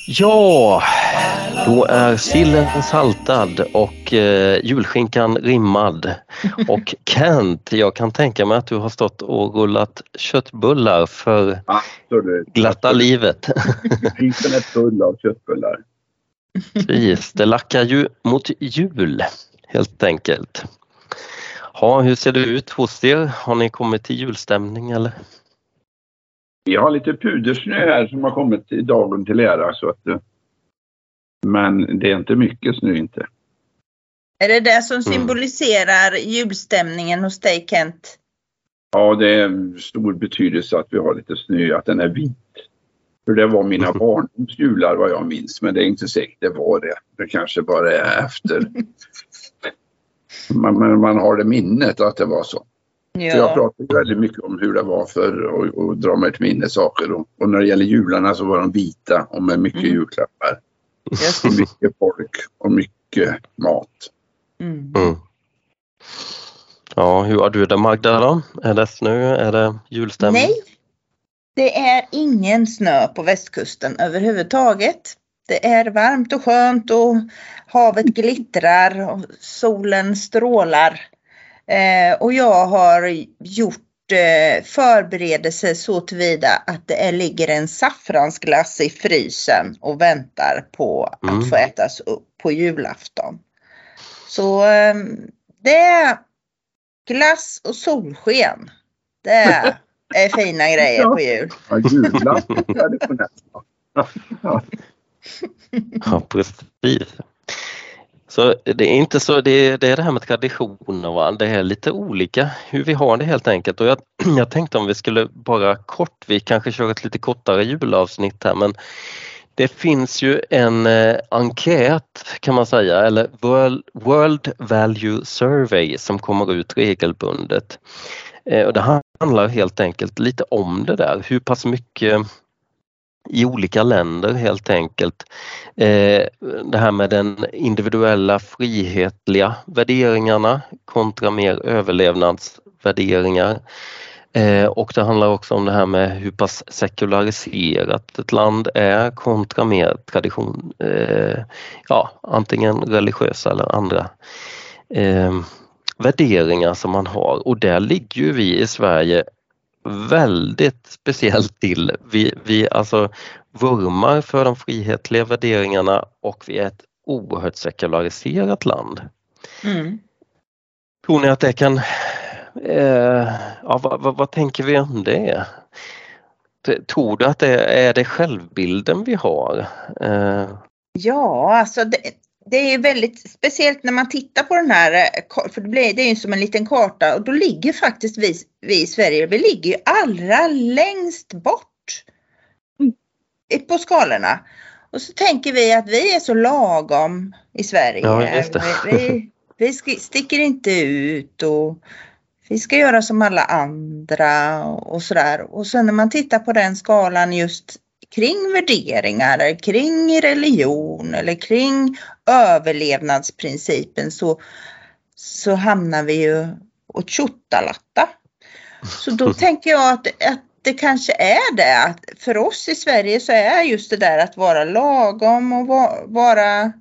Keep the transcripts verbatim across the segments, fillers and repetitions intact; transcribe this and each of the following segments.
Ja, då är sillen saltad och eh, julskinkan rimmad. Och Kent, jag kan tänka mig att du har stått och rullat köttbullar för Absolut. glatta Absolut. livet. Frysen är full av köttbullar. Precis, det lackar ju mot jul helt enkelt. Ja, hur ser det ut hos er? Har ni kommit till julstämning eller? Vi har lite pudersnö här som har kommit i dagen till ära. Så att, men det är inte mycket snö inte. Är det det som symboliserar mm. julstämningen hos dig, Kent? Ja, det är stor betydelse att vi har lite snö, att den är vit. För det var mina barndoms jular vad jag minns, men det är inte säkert det var det. Det kanske bara är efter. man, man, man har det minnet att det var så. Ja. Så jag pratar väldigt mycket om hur det var för och, och dra mig till minne saker. Och, och när det gäller jularna så var de vita och med mycket mm. julklappar. Yes. Och mycket folk och mycket mat. Mm. Mm. Ja, hur har du det, Magda då? Är det snö? Är det julstämning? Nej, det är ingen snö på västkusten överhuvudtaget. Det är varmt och skönt och havet glittrar och solen strålar. Eh, och jag har gjort eh, förberedelser så tillvida att det är, ligger en saffransglass i frysen och väntar på mm. att få ätas upp på julafton. Så eh, det är glass och solsken. Det är, är fina grejer på jul. Ja, julglass är det på nästa. Ja, precis. Så det är inte så, det, det är det här med traditioner, va? Det är lite olika hur vi har det helt enkelt. Och jag, jag tänkte om vi skulle bara kort, vi kanske kör ett lite kortare julavsnitt här, men det finns ju en eh, enkät kan man säga, eller World, World Value Survey som kommer ut regelbundet. Eh, och det handlar helt enkelt lite om det där, hur pass mycket i olika länder helt enkelt. Eh, det här med den individuella frihetliga värderingarna kontra mer överlevnadsvärderingar. Eh, och det handlar också om det här med hur pass sekulariserat ett land är kontra mer tradition, eh, ja, antingen religiösa eller andra eh, värderingar som man har. Och där ligger ju vi i Sverige väldigt speciellt till. Vi, vi alltså vurmar för de frihetliga värderingarna och vi är ett oerhört sekulariserat land. Mm. Tror ni att det kan... Eh, ja, vad, vad, vad tänker vi om det? Tror du att det är det självbilden vi har? Eh. Ja, alltså det, det är väldigt speciellt när man tittar på den här, för det, blir, det är ju som en liten karta och då ligger faktiskt vi, vi i Sverige, vi ligger ju allra längst bort mm. på skalorna. Och så tänker vi att vi är så lagom i Sverige. Ja, just det. Vi, vi sticker inte ut och vi ska göra som alla andra och sådär. Och sen när man tittar på den skalan just kring värderingar, kring religion eller kring överlevnadsprincipen så, så hamnar vi ju åt tjottalatta. Så då tänker jag att, att det kanske är det. Att för oss i Sverige så är just det där att vara lagom och va, vara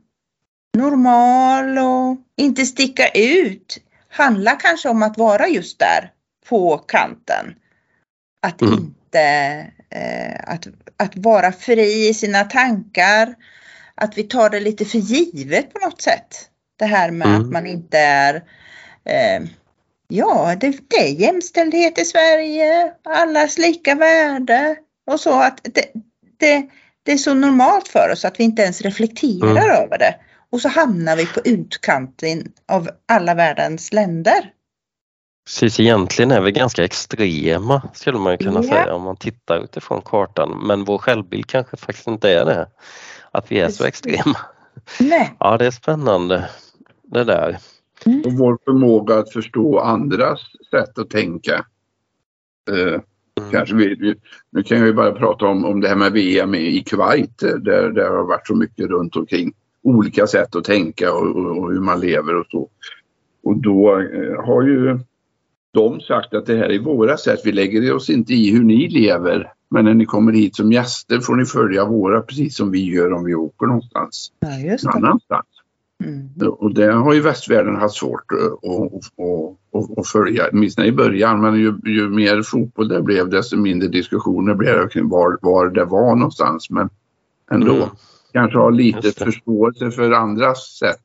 normal och inte sticka ut. Handlar kanske om att vara just där på kanten. Att mm. inte eh, att, att vara fri i sina tankar. Att vi tar det lite för givet på något sätt. Det här med mm. att man inte är eh, ja, det, det är jämställdhet i Sverige. Allas lika värde. Och så att det, det, det är så normalt för oss att vi inte ens reflekterar mm. över det. Och så hamnar vi på utkanten av alla världens länder. Precis, egentligen är vi ganska extrema skulle man ju kunna ja. säga om man tittar utifrån kartan. Men vår självbild kanske faktiskt inte är det. Att vi är så extrema. Nej. Ja, det är spännande det där. Mm. Och vår förmåga att förstå andras sätt att tänka. Eh, mm. kanske vi, nu kan vi bara prata om, om det här med V M i Kuwait. Där det har varit så mycket runt omkring. Olika sätt att tänka och, och, och hur man lever och så. Och då eh, har ju de sagt att det här är våra sätt. Vi lägger oss inte i hur ni lever. Men när ni kommer hit som gäster får ni följa våra precis som vi gör om vi åker någonstans. Ja, just det. Annanstans. Mm. Och det har ju västvärlden haft svårt att, att, att, att följa. Åtminstone i början, men ju, ju mer fotboll det blev desto mindre diskussioner blev det kring var, var det var någonstans. Men ändå mm. kanske ha lite förståelse för andras sätt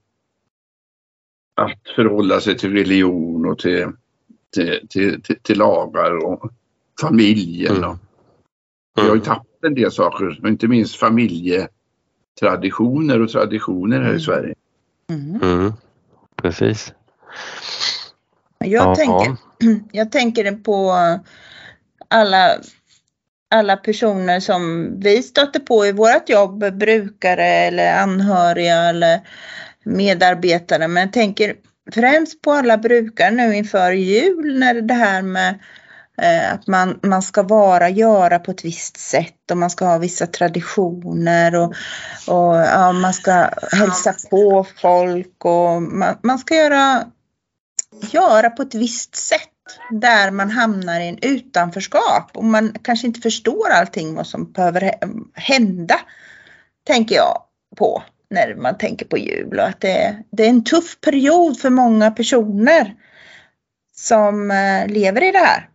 att förhålla sig till religion och till, till, till, till, till lagar och familjen. Mm. Mm. Vi har ju tappat en del saker, inte minst familjetraditioner och traditioner här i Sverige. Mm. Mm. Precis. Jag, ja. tänker, jag tänker på alla, alla personer som vi stöter på i vårt jobb, brukare eller anhöriga eller medarbetare. Men jag tänker främst på alla brukare nu inför jul när det här med eh, att man, man ska vara, göra på ett visst sätt och man ska ha vissa traditioner och, och ja, man ska hälsa på folk och man, man ska göra, göra på ett visst sätt där man hamnar i en utanförskap och man kanske inte förstår allting vad som behöver hända, tänker jag på när man tänker på jul och att det, det är en tuff period för många personer som eh, lever i det här.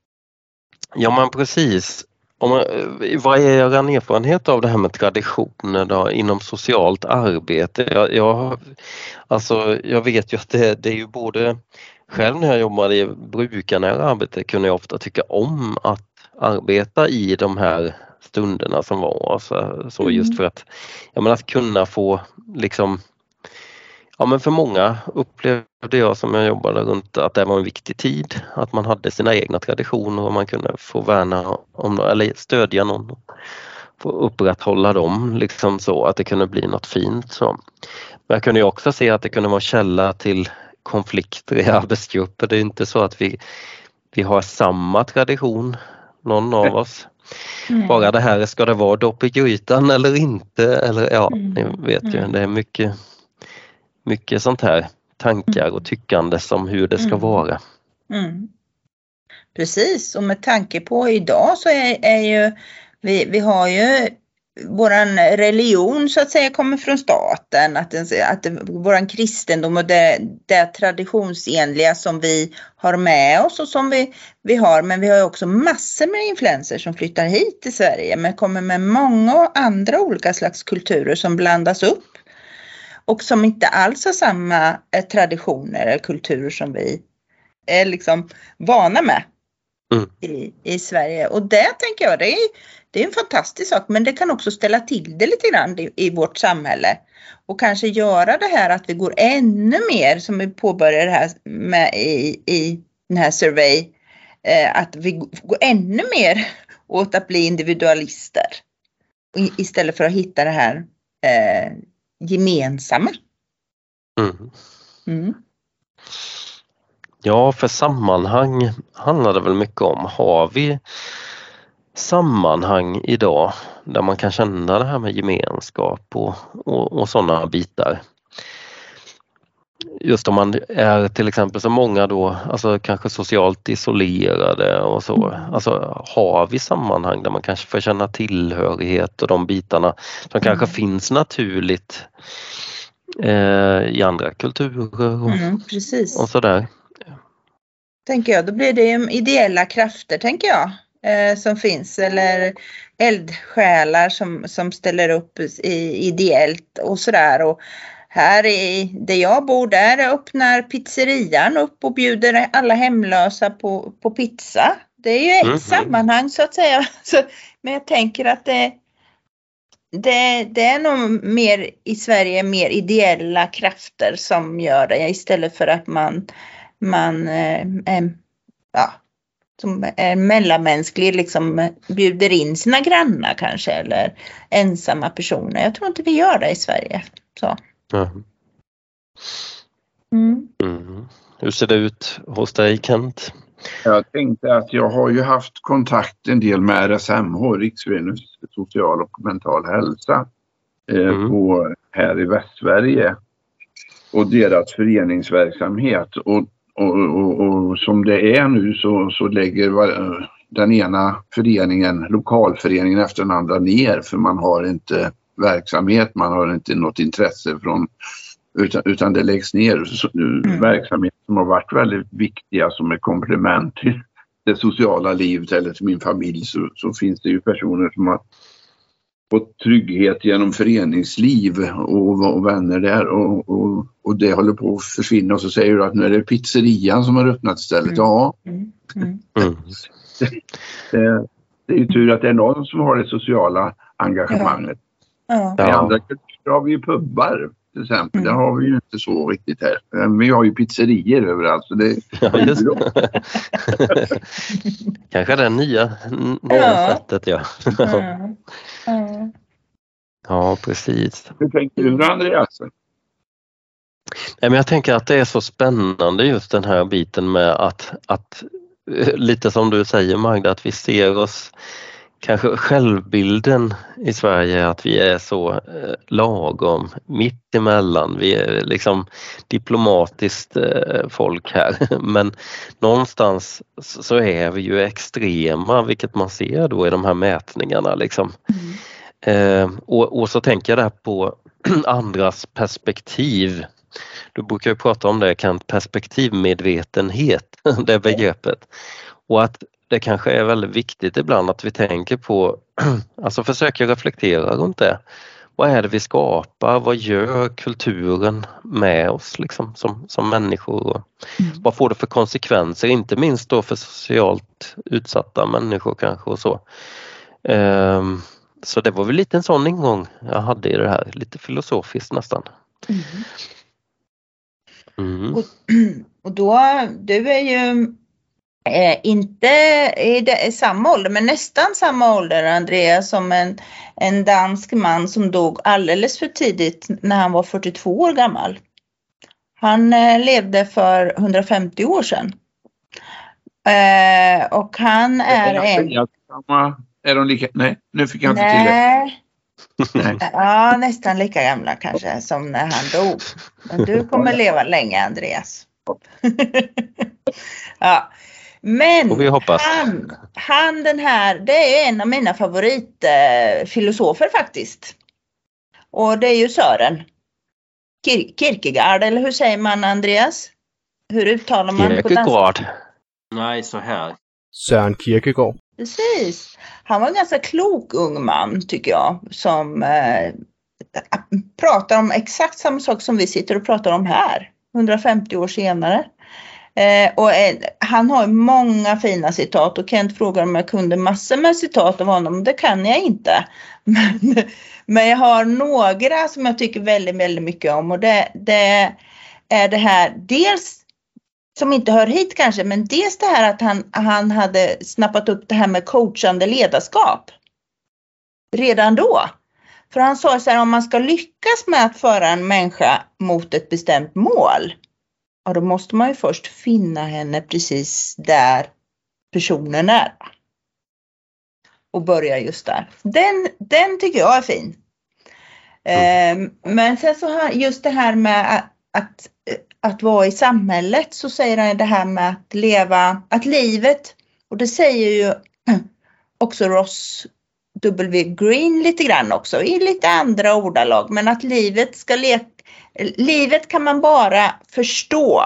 Ja, men precis. Om man, vad är er erfarenhet av det här med traditioner då, inom socialt arbete? Jag, jag, alltså, jag vet ju att det, det är ju både själv när jag jobbade i brukarnära arbete kunde jag ofta tycka om att arbeta i de här stunderna som var så, så just för att jag menar, att kunna få liksom ja men för många upplevde jag som jag jobbade runt att det var en viktig tid att man hade sina egna traditioner och man kunde få värna om eller stödja någon få upprätthålla dem liksom så att det kunde bli något fint så. Men jag kunde ju också se att det kunde vara källa till konflikter i arbetsgrupper. Det är inte så att vi vi har samma tradition någon av oss. Mm. Bara det här, ska det vara dopp i grytan eller inte? Eller ja, mm. ni vet ju, det är mycket, mycket sånt här tankar och tyckande som hur det ska mm. vara. Mm. Precis, och med tanke på idag så är, är ju, vi, vi har ju våran religion så att säga kommer från staten, att, den, att våran kristendom och det, det traditionsenliga som vi har med oss och som vi, vi har, men vi har ju också massor med influencers som flyttar hit till Sverige men kommer med många andra olika slags kulturer som blandas upp och som inte alls har samma traditioner eller kulturer som vi är liksom vana med mm. i, i Sverige. Och det tänker jag, det är Det är en fantastisk sak, men det kan också ställa till det lite grann i, i vårt samhälle. Och kanske göra det här att vi går ännu mer, som vi påbörjar det här med i, i den här survey, eh, att vi går ännu mer åt att bli individualister. I, istället för att hitta det här eh, gemensamma. Mm. Mm. Ja, för sammanhang handlar det väl mycket om. Har vi sammanhang idag där man kan känna det här med gemenskap och, och, och sådana bitar? Just om man är till exempel så många då, alltså kanske socialt isolerade och så. Mm. Alltså har vi sammanhang där man kanske får känna tillhörighet och de bitarna som mm. kanske finns naturligt eh, i andra kulturer och, mm, precis. och sådär. Tänker jag, då blir det ju ideella krafter tänker jag. Eh, som finns eller eldsjälar som, som ställer upp i, ideellt och sådär och här i där jag bor där öppnar pizzerian upp och bjuder alla hemlösa på, på pizza. Det är ju ett mm-hmm. sammanhang så att säga så, men jag tänker att det, det, det är nog mer i Sverige mer ideella krafter som gör det istället för att man man eh, eh, ja som är mellanmänsklig liksom bjuder in sina grannar kanske eller ensamma personer. Jag tror inte vi gör det i Sverige. Så. Mm. Mm. Mm. Hur ser det ut hos dig, Kent? Jag tänkte att jag har ju haft kontakt en del med R S M H, Riksföreningen för social och mental hälsa eh, mm. på, här i Västsverige och deras föreningsverksamhet och Och, och, och som det är nu så, så lägger var, den ena föreningen, lokalföreningen efter den andra ner för man har inte verksamhet, man har inte något intresse från utan, utan det läggs ner så, mm. verksamhet som har varit väldigt viktiga som ett komplement till det sociala livet eller till min familj så, så finns det ju personer som har fått trygghet genom föreningsliv och, och vänner där och, och, och det håller på att försvinna och så säger du att nu är det pizzerian som har öppnat istället. Mm. Ja, mm. Mm. det, det är ju tur att det är någon som har det sociala engagemanget. Ja. Ja. I andra kulturer har vi ju pubbar till exempel. Mm. Det har vi ju inte så riktigt här. Men vi har ju pizzerier överallt. Så det, ja, just det. Kanske det nya, nya ja. sättet, ja. Mm. Mm. Ja, precis. Hur tänker du, Andreas? Nej, men jag tänker att det är så spännande just den här biten med att, att lite som du säger Magda, att vi ser oss kanske självbilden i Sverige att vi är så eh, lagom, mitt emellan. Vi är liksom diplomatiskt eh, folk här. Men någonstans så är vi ju extrema, vilket man ser då i de här mätningarna. Liksom. Mm. Eh, och, och så tänker jag där på andras perspektiv. Du brukar ju prata om det, kan perspektivmedvetenhet, det begreppet. Och att det kanske är väldigt viktigt ibland att vi tänker på, alltså försöker reflektera runt det. Vad är det vi skapar? Vad gör kulturen med oss liksom, som, som människor? Mm. Vad får det för konsekvenser? Inte minst då för socialt utsatta människor kanske och så. Um, så det var väl lite en sån ingång jag hade i det här, lite filosofiskt nästan. Mm. Mm. Och, och då, du är ju Eh, inte i, det, i samma ålder, men nästan samma ålder, Andreas, som en, en dansk man som dog alldeles för tidigt när han var fyrtiotvå år gammal. Han eh, levde för hundrafemtio år sedan. Eh, och han är en... Samma, är de lika? Nej, nu fick jag inte Nej. till det. Nej. Ja, nästan lika gamla kanske som när han dog. Men du kommer leva länge, Andreas. Ja. Men vi hoppas. Han, han den här, det är en av mina favoritfilosofer eh, faktiskt. Och det är ju Søren Kir- Kierkegaard, eller hur säger man, Andreas? Hur uttalar man Kierkegaard. På Nej, så här. Søren Kierkegaard. Precis. Han var en ganska klok ung man, tycker jag, som eh, pratar om exakt samma sak som vi sitter och pratar om här, hundrafemtio år senare. Eh, och eh, han har många fina citat och Kent frågar om jag kunde massor med citat av honom. Det kan jag inte. Men, men jag har några som jag tycker väldigt, väldigt mycket om. Och det, det är det här, dels som inte hör hit kanske, men dels det här att han, han hade snappat upp det här med coachande ledarskap. Redan då. För han sa så här, om man ska lyckas med att föra en människa mot ett bestämt mål, ja, då måste man ju först finna henne precis där personen är. Och börja just där. Den, den tycker jag är fin. Mm. Eh, men sen så har just det här med att, att, att vara i samhället, så säger han det här med att leva, att livet, och det säger ju också Ross W. Green lite grann också, i lite andra ordalag, men att livet ska leka, livet kan man bara förstå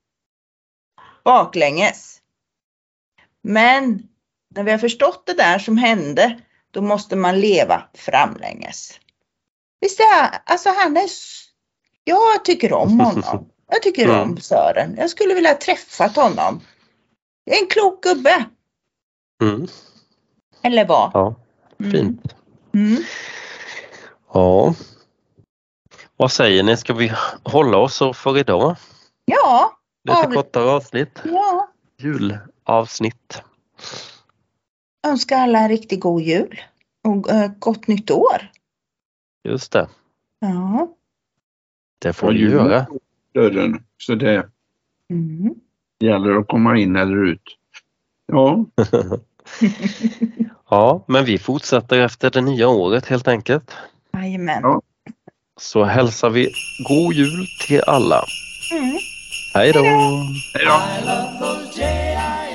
baklänges. Men när vi har förstått det där som hände, då måste man leva framlänges. Visst är, alltså han är, jag tycker om honom. Jag tycker mm. om Søren. Jag skulle vilja träffa honom. Det är en klok gubbe. Mm. Eller vad? Ja, fint. Mm. Mm. Ja. Vad säger ni? Ska vi hålla oss för idag? Ja. Lite av... kortare avsnitt. Ja. Julavsnitt. Önskar alla en riktigt god jul. Och äh, gott nytt år. Just det. Ja. Det får du göra. Dörren, så det mm. gäller att komma in eller ut. Ja. Ja, men vi fortsätter efter det nya året helt enkelt. Jajamän. Ja. Så hälsar vi god jul till alla. Mm. Hej då! Hej då!